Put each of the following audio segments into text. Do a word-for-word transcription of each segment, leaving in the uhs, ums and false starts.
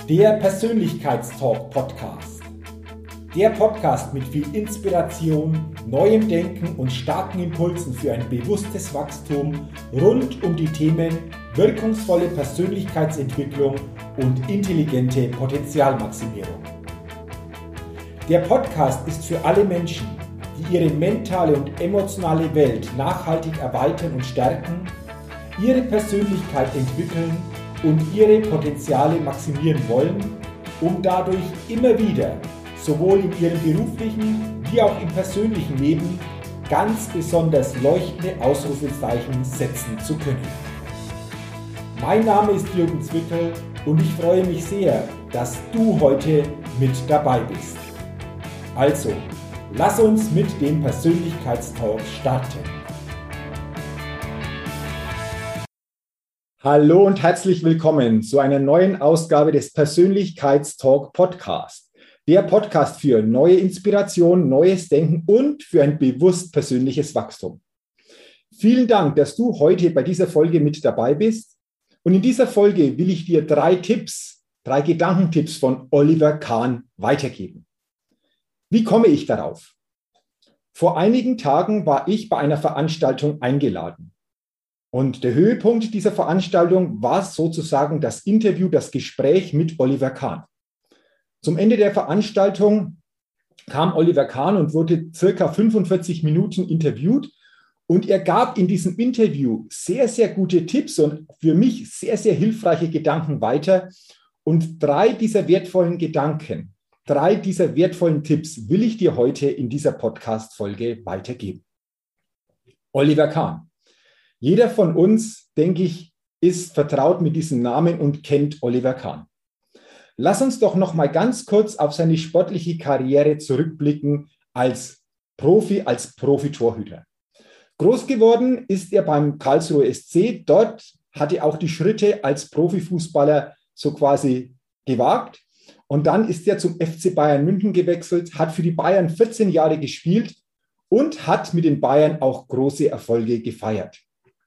Der Persönlichkeitstalk-Podcast. Der Podcast mit viel Inspiration, neuem Denken und starken Impulsen für ein bewusstes Wachstum rund um die Themen wirkungsvolle Persönlichkeitsentwicklung und intelligente Potenzialmaximierung. Der Podcast ist für alle Menschen, die ihre mentale und emotionale Welt nachhaltig erweitern und stärken, ihre Persönlichkeit entwickeln und ihre Potenziale maximieren wollen, um dadurch immer wieder, sowohl in ihrem beruflichen wie auch im persönlichen Leben, ganz besonders leuchtende Ausrufezeichen setzen zu können. Mein Name ist Jürgen Zwickel und ich freue mich sehr, dass du heute mit dabei bist. Also, lass uns mit dem Persönlichkeitstalk starten. Hallo und herzlich willkommen zu einer neuen Ausgabe des Persönlichkeitstalk Podcast. Der Podcast für neue Inspiration, neues Denken und für ein bewusst persönliches Wachstum. Vielen Dank, dass du heute bei dieser Folge mit dabei bist. Und in dieser Folge will ich dir drei Tipps, drei Gedankentipps von Oliver Kahn weitergeben. Wie komme ich darauf? Vor einigen Tagen war ich bei einer Veranstaltung eingeladen. Und der Höhepunkt dieser Veranstaltung war sozusagen das Interview, das Gespräch mit Oliver Kahn. Zum Ende der Veranstaltung kam Oliver Kahn und wurde circa fünfundvierzig Minuten interviewt. Und er gab in diesem Interview sehr, sehr gute Tipps und für mich sehr, sehr hilfreiche Gedanken weiter. Und drei dieser wertvollen Gedanken, drei dieser wertvollen Tipps will ich dir heute in dieser Podcast-Folge weitergeben. Oliver Kahn. Jeder von uns, denke ich, ist vertraut mit diesem Namen und kennt Oliver Kahn. Lass uns doch noch mal ganz kurz auf seine sportliche Karriere zurückblicken als Profi, als Profitorhüter. Groß geworden ist er beim Karlsruher S C. Dort hat er auch die Schritte als Profifußballer so quasi gewagt. Und dann ist er zum F C Bayern München gewechselt, hat für die Bayern vierzehn Jahre gespielt und hat mit den Bayern auch große Erfolge gefeiert.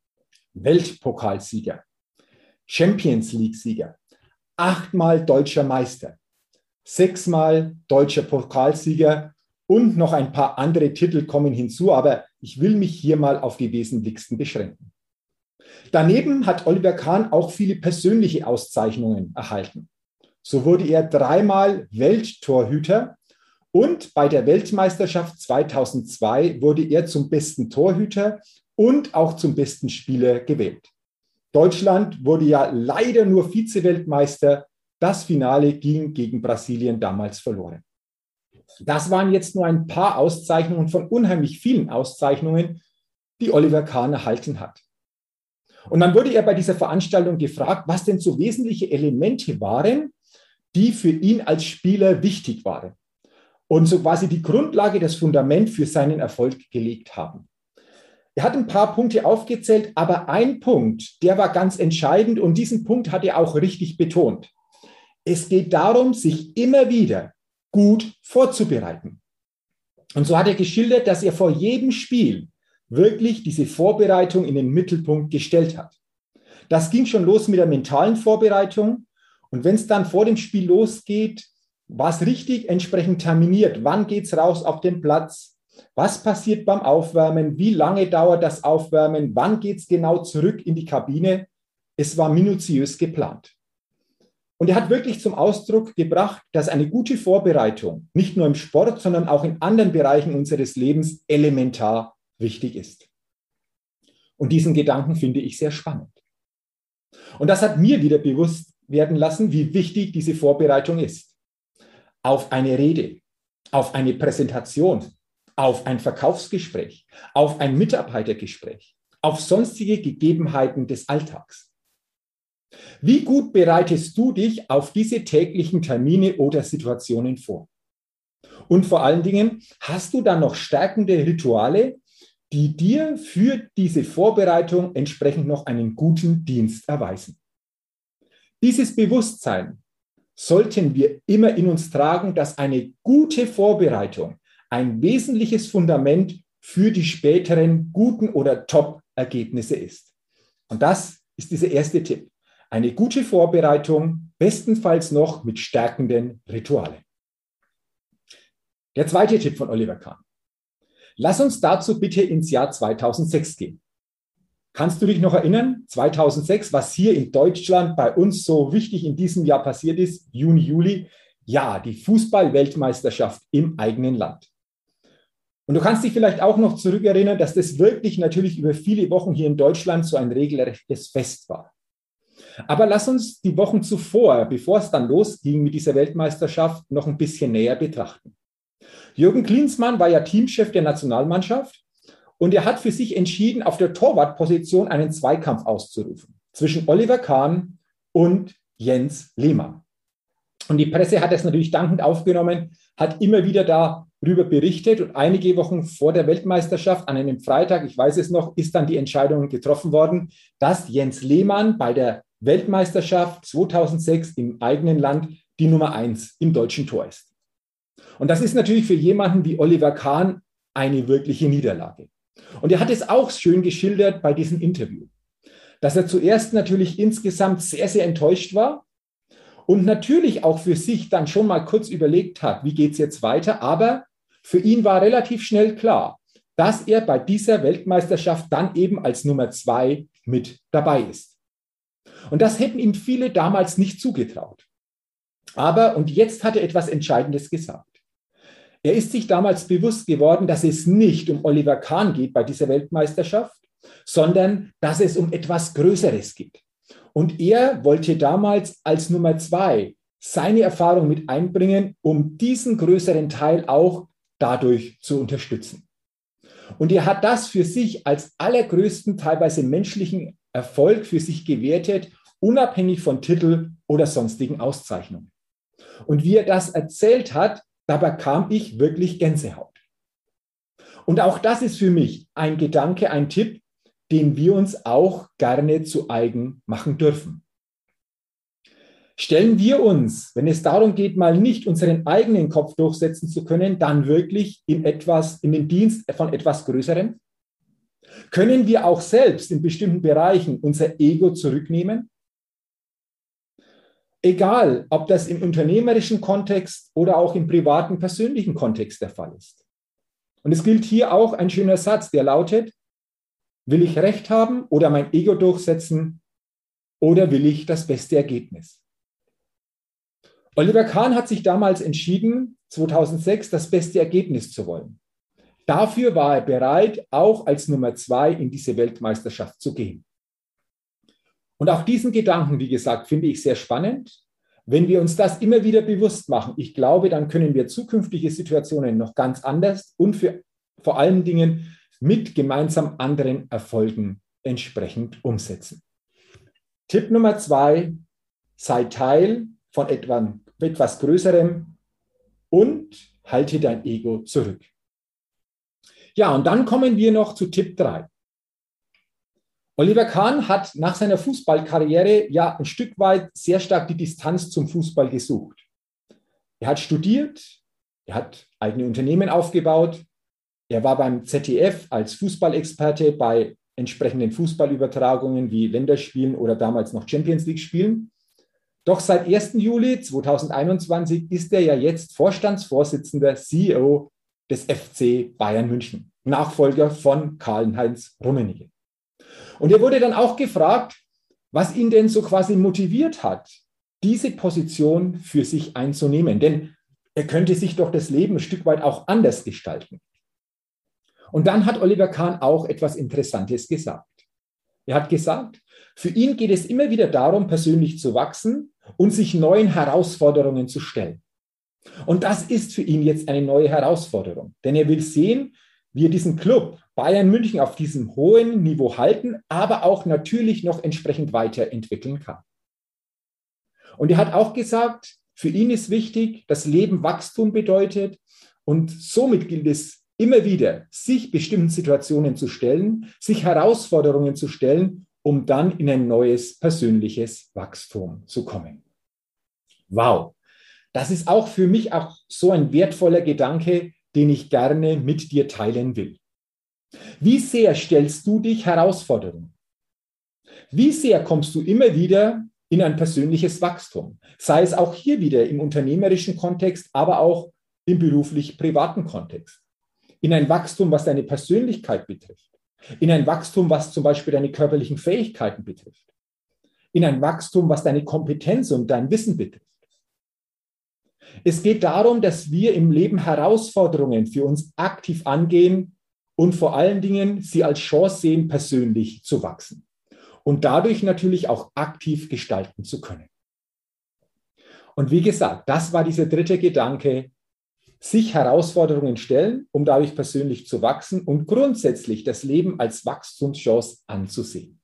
Weltpokalsieger, Champions League-Sieger, achtmal deutscher Meister, sechsmal deutscher Pokalsieger und noch ein paar andere Titel kommen hinzu, aber ich will mich hier mal auf die wesentlichsten beschränken. Daneben hat Oliver Kahn auch viele persönliche Auszeichnungen erhalten. So wurde er dreimal Welttorhüter und bei der Weltmeisterschaft zweitausendzwei wurde er zum besten Torhüter und auch zum besten Spieler gewählt. Deutschland wurde ja leider nur Vize-Weltmeister. Das Finale ging gegen Brasilien damals verloren. Das waren jetzt nur ein paar Auszeichnungen von unheimlich vielen Auszeichnungen, die Oliver Kahn erhalten hat. Und dann wurde er bei dieser Veranstaltung gefragt, was denn so wesentliche Elemente waren, die für ihn als Spieler wichtig waren und so quasi die Grundlage, das Fundament für seinen Erfolg gelegt haben. Er hat ein paar Punkte aufgezählt, aber ein Punkt, der war ganz entscheidend und diesen Punkt hat er auch richtig betont. Es geht darum, sich immer wieder gut vorzubereiten. Und so hat er geschildert, dass er vor jedem Spiel wirklich diese Vorbereitung in den Mittelpunkt gestellt hat. Das ging schon los mit der mentalen Vorbereitung und wenn es dann vor dem Spiel losgeht, war es richtig entsprechend terminiert. Wann geht es raus auf den Platz? Was passiert beim Aufwärmen? Wie lange dauert das Aufwärmen? Wann geht es genau zurück in die Kabine? Es war minutiös geplant. Und er hat wirklich zum Ausdruck gebracht, dass eine gute Vorbereitung nicht nur im Sport, sondern auch in anderen Bereichen unseres Lebens elementar wichtig ist. Und diesen Gedanken finde ich sehr spannend. Und das hat mir wieder bewusst werden lassen, wie wichtig diese Vorbereitung ist. Auf eine Rede, auf eine Präsentation, auf ein Verkaufsgespräch, auf ein Mitarbeitergespräch, auf sonstige Gegebenheiten des Alltags. Wie gut bereitest du dich auf diese täglichen Termine oder Situationen vor? Und vor allen Dingen, hast du dann noch stärkende Rituale, die dir für diese Vorbereitung entsprechend noch einen guten Dienst erweisen? Dieses Bewusstsein sollten wir immer in uns tragen, dass eine gute Vorbereitung ein wesentliches Fundament für die späteren guten oder Top-Ergebnisse ist. Und das ist dieser erste Tipp. Eine gute Vorbereitung, bestenfalls noch mit stärkenden Ritualen. Der zweite Tipp von Oliver Kahn. Lass uns dazu bitte ins Jahr zweitausendsechs gehen. Kannst du dich noch erinnern, zweitausendsechs, was hier in Deutschland bei uns so wichtig in diesem Jahr passiert ist, Juni, Juli? Ja, die Fußball-Weltmeisterschaft im eigenen Land. Und du kannst dich vielleicht auch noch zurückerinnern, dass das wirklich natürlich über viele Wochen hier in Deutschland so ein regelrechtes Fest war. Aber lass uns die Wochen zuvor, bevor es dann losging mit dieser Weltmeisterschaft, noch ein bisschen näher betrachten. Jürgen Klinsmann war ja Teamchef der Nationalmannschaft und er hat für sich entschieden, auf der Torwartposition einen Zweikampf auszurufen zwischen Oliver Kahn und Jens Lehmann. Und die Presse hat das natürlich dankend aufgenommen, hat immer wieder darüber berichtet und einige Wochen vor der Weltmeisterschaft, an einem Freitag, ich weiß es noch, ist dann die Entscheidung getroffen worden, dass Jens Lehmann bei der Weltmeisterschaft zweitausendsechs im eigenen Land die Nummer eins im deutschen Tor ist. Und das ist natürlich für jemanden wie Oliver Kahn eine wirkliche Niederlage. Und er hat es auch schön geschildert bei diesem Interview, dass er zuerst natürlich insgesamt sehr, sehr enttäuscht war und natürlich auch für sich dann schon mal kurz überlegt hat, wie geht es jetzt weiter. Aber für ihn war relativ schnell klar, dass er bei dieser Weltmeisterschaft dann eben als Nummer zwei mit dabei ist. Und das hätten ihm viele damals nicht zugetraut. Aber, und jetzt hat er etwas Entscheidendes gesagt. Er ist sich damals bewusst geworden, dass es nicht um Oliver Kahn geht bei dieser Weltmeisterschaft, sondern dass es um etwas Größeres geht. Und er wollte damals als Nummer zwei seine Erfahrung mit einbringen, um diesen größeren Teil auch dadurch zu unterstützen. Und er hat das für sich als allergrößten, teilweise menschlichen Erfolg für sich gewertet, unabhängig von Titel oder sonstigen Auszeichnungen. Und wie er das erzählt hat, da bekam ich wirklich Gänsehaut. Und auch das ist für mich ein Gedanke, ein Tipp, den wir uns auch gerne zu eigen machen dürfen. Stellen wir uns, wenn es darum geht, mal nicht unseren eigenen Kopf durchsetzen zu können, dann wirklich in etwas, in den Dienst von etwas Größerem? Können wir auch selbst in bestimmten Bereichen unser Ego zurücknehmen? Egal, ob das im unternehmerischen Kontext oder auch im privaten, persönlichen Kontext der Fall ist. Und es gilt hier auch ein schöner Satz, der lautet: Will ich Recht haben oder mein Ego durchsetzen oder will ich das beste Ergebnis? Oliver Kahn hat sich damals entschieden, zweitausendsechs das beste Ergebnis zu wollen. Dafür war er bereit, auch als Nummer zwei in diese Weltmeisterschaft zu gehen. Und auch diesen Gedanken, wie gesagt, finde ich sehr spannend. Wenn wir uns das immer wieder bewusst machen, ich glaube, dann können wir zukünftige Situationen noch ganz anders und für, vor allen Dingen mit gemeinsam anderen Erfolgen entsprechend umsetzen. Tipp Nummer zwei, sei Teil von etwa, etwas Größerem und halte dein Ego zurück. Ja, und dann kommen wir noch zu Tipp drei. Oliver Kahn hat nach seiner Fußballkarriere ja ein Stück weit sehr stark die Distanz zum Fußball gesucht. Er hat studiert, er hat eigene Unternehmen aufgebaut, er war beim Z D F als Fußballexperte bei entsprechenden Fußballübertragungen wie Länderspielen oder damals noch Champions League Spielen. Doch seit ersten Juli zweitausendeinundzwanzig ist er ja jetzt Vorstandsvorsitzender, C E O des F C Bayern München, Nachfolger von Karl-Heinz Rummenigge. Und er wurde dann auch gefragt, was ihn denn so quasi motiviert hat, diese Position für sich einzunehmen. Denn er könnte sich doch das Leben ein Stück weit auch anders gestalten. Und dann hat Oliver Kahn auch etwas Interessantes gesagt. Er hat gesagt, für ihn geht es immer wieder darum, persönlich zu wachsen und sich neuen Herausforderungen zu stellen. Und das ist für ihn jetzt eine neue Herausforderung. Denn er will sehen, wie er diesen Club Bayern München auf diesem hohen Niveau halten, aber auch natürlich noch entsprechend weiterentwickeln kann. Und er hat auch gesagt, für ihn ist wichtig, dass Leben Wachstum bedeutet und somit gilt es immer wieder, sich bestimmten Situationen zu stellen, sich Herausforderungen zu stellen, um dann in ein neues persönliches Wachstum zu kommen. Wow, das ist auch für mich auch so ein wertvoller Gedanke, den ich gerne mit dir teilen will. Wie sehr stellst du dich Herausforderungen? Wie sehr kommst du immer wieder in ein persönliches Wachstum. Sei es auch hier wieder im unternehmerischen Kontext, aber auch im beruflich-privaten Kontext. In ein Wachstum, was deine Persönlichkeit betrifft. In ein Wachstum, was zum Beispiel deine körperlichen Fähigkeiten betrifft. In ein Wachstum, was deine Kompetenz und dein Wissen betrifft. Es geht darum, dass wir im Leben Herausforderungen für uns aktiv angehen und vor allen Dingen sie als Chance sehen, persönlich zu wachsen und dadurch natürlich auch aktiv gestalten zu können. Und wie gesagt, das war dieser dritte Gedanke, sich Herausforderungen stellen, um dadurch persönlich zu wachsen und grundsätzlich das Leben als Wachstumschance anzusehen.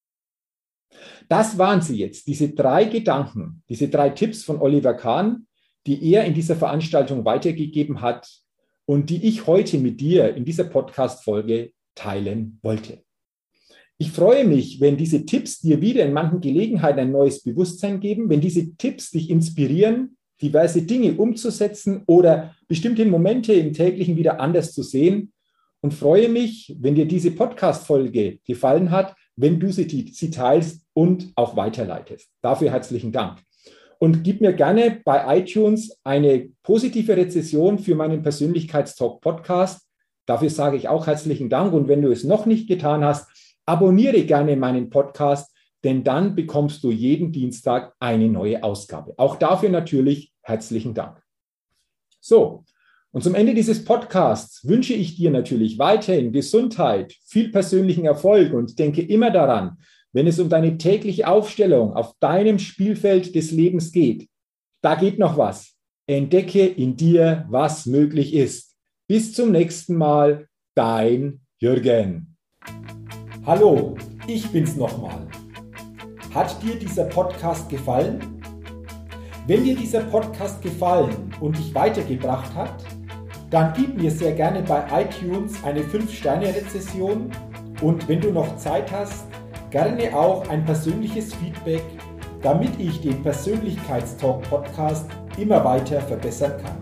Das waren sie jetzt, diese drei Gedanken, diese drei Tipps von Oliver Kahn, die er in dieser Veranstaltung weitergegeben hat und die ich heute mit dir in dieser Podcast-Folge teilen wollte. Ich freue mich, wenn diese Tipps dir wieder in manchen Gelegenheiten ein neues Bewusstsein geben, wenn diese Tipps dich inspirieren, diverse Dinge umzusetzen oder bestimmte Momente im Täglichen wieder anders zu sehen, und freue mich, wenn dir diese Podcast-Folge gefallen hat, wenn du sie, sie teilst und auch weiterleitest. Dafür herzlichen Dank. Und gib mir gerne bei iTunes eine positive Rezession für meinen Persönlichkeitstalk-Podcast. Dafür sage ich auch herzlichen Dank. Und wenn du es noch nicht getan hast, abonniere gerne meinen Podcast, denn dann bekommst du jeden Dienstag eine neue Ausgabe. Auch dafür natürlich herzlichen Dank. So, und zum Ende dieses Podcasts wünsche ich dir natürlich weiterhin Gesundheit, viel persönlichen Erfolg und denke immer daran, wenn es um deine tägliche Aufstellung auf deinem Spielfeld des Lebens geht, da geht noch was. Entdecke in dir, was möglich ist. Bis zum nächsten Mal, dein Jürgen. Hallo, ich bin's nochmal. Hat dir dieser Podcast gefallen? Wenn dir dieser Podcast gefallen und dich weitergebracht hat, dann gib mir sehr gerne bei iTunes eine fünf Sterne Rezession und wenn du noch Zeit hast, gerne auch ein persönliches Feedback, damit ich den Persönlichkeitstalk-Podcast immer weiter verbessern kann.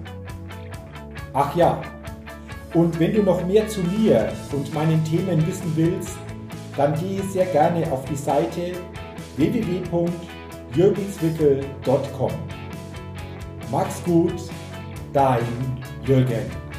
Ach ja, und wenn du noch mehr zu mir und meinen Themen wissen willst, dann gehe sehr gerne auf die Seite w w w punkt jürgen zwickel punkt com. Mach's gut, dein Jürgen.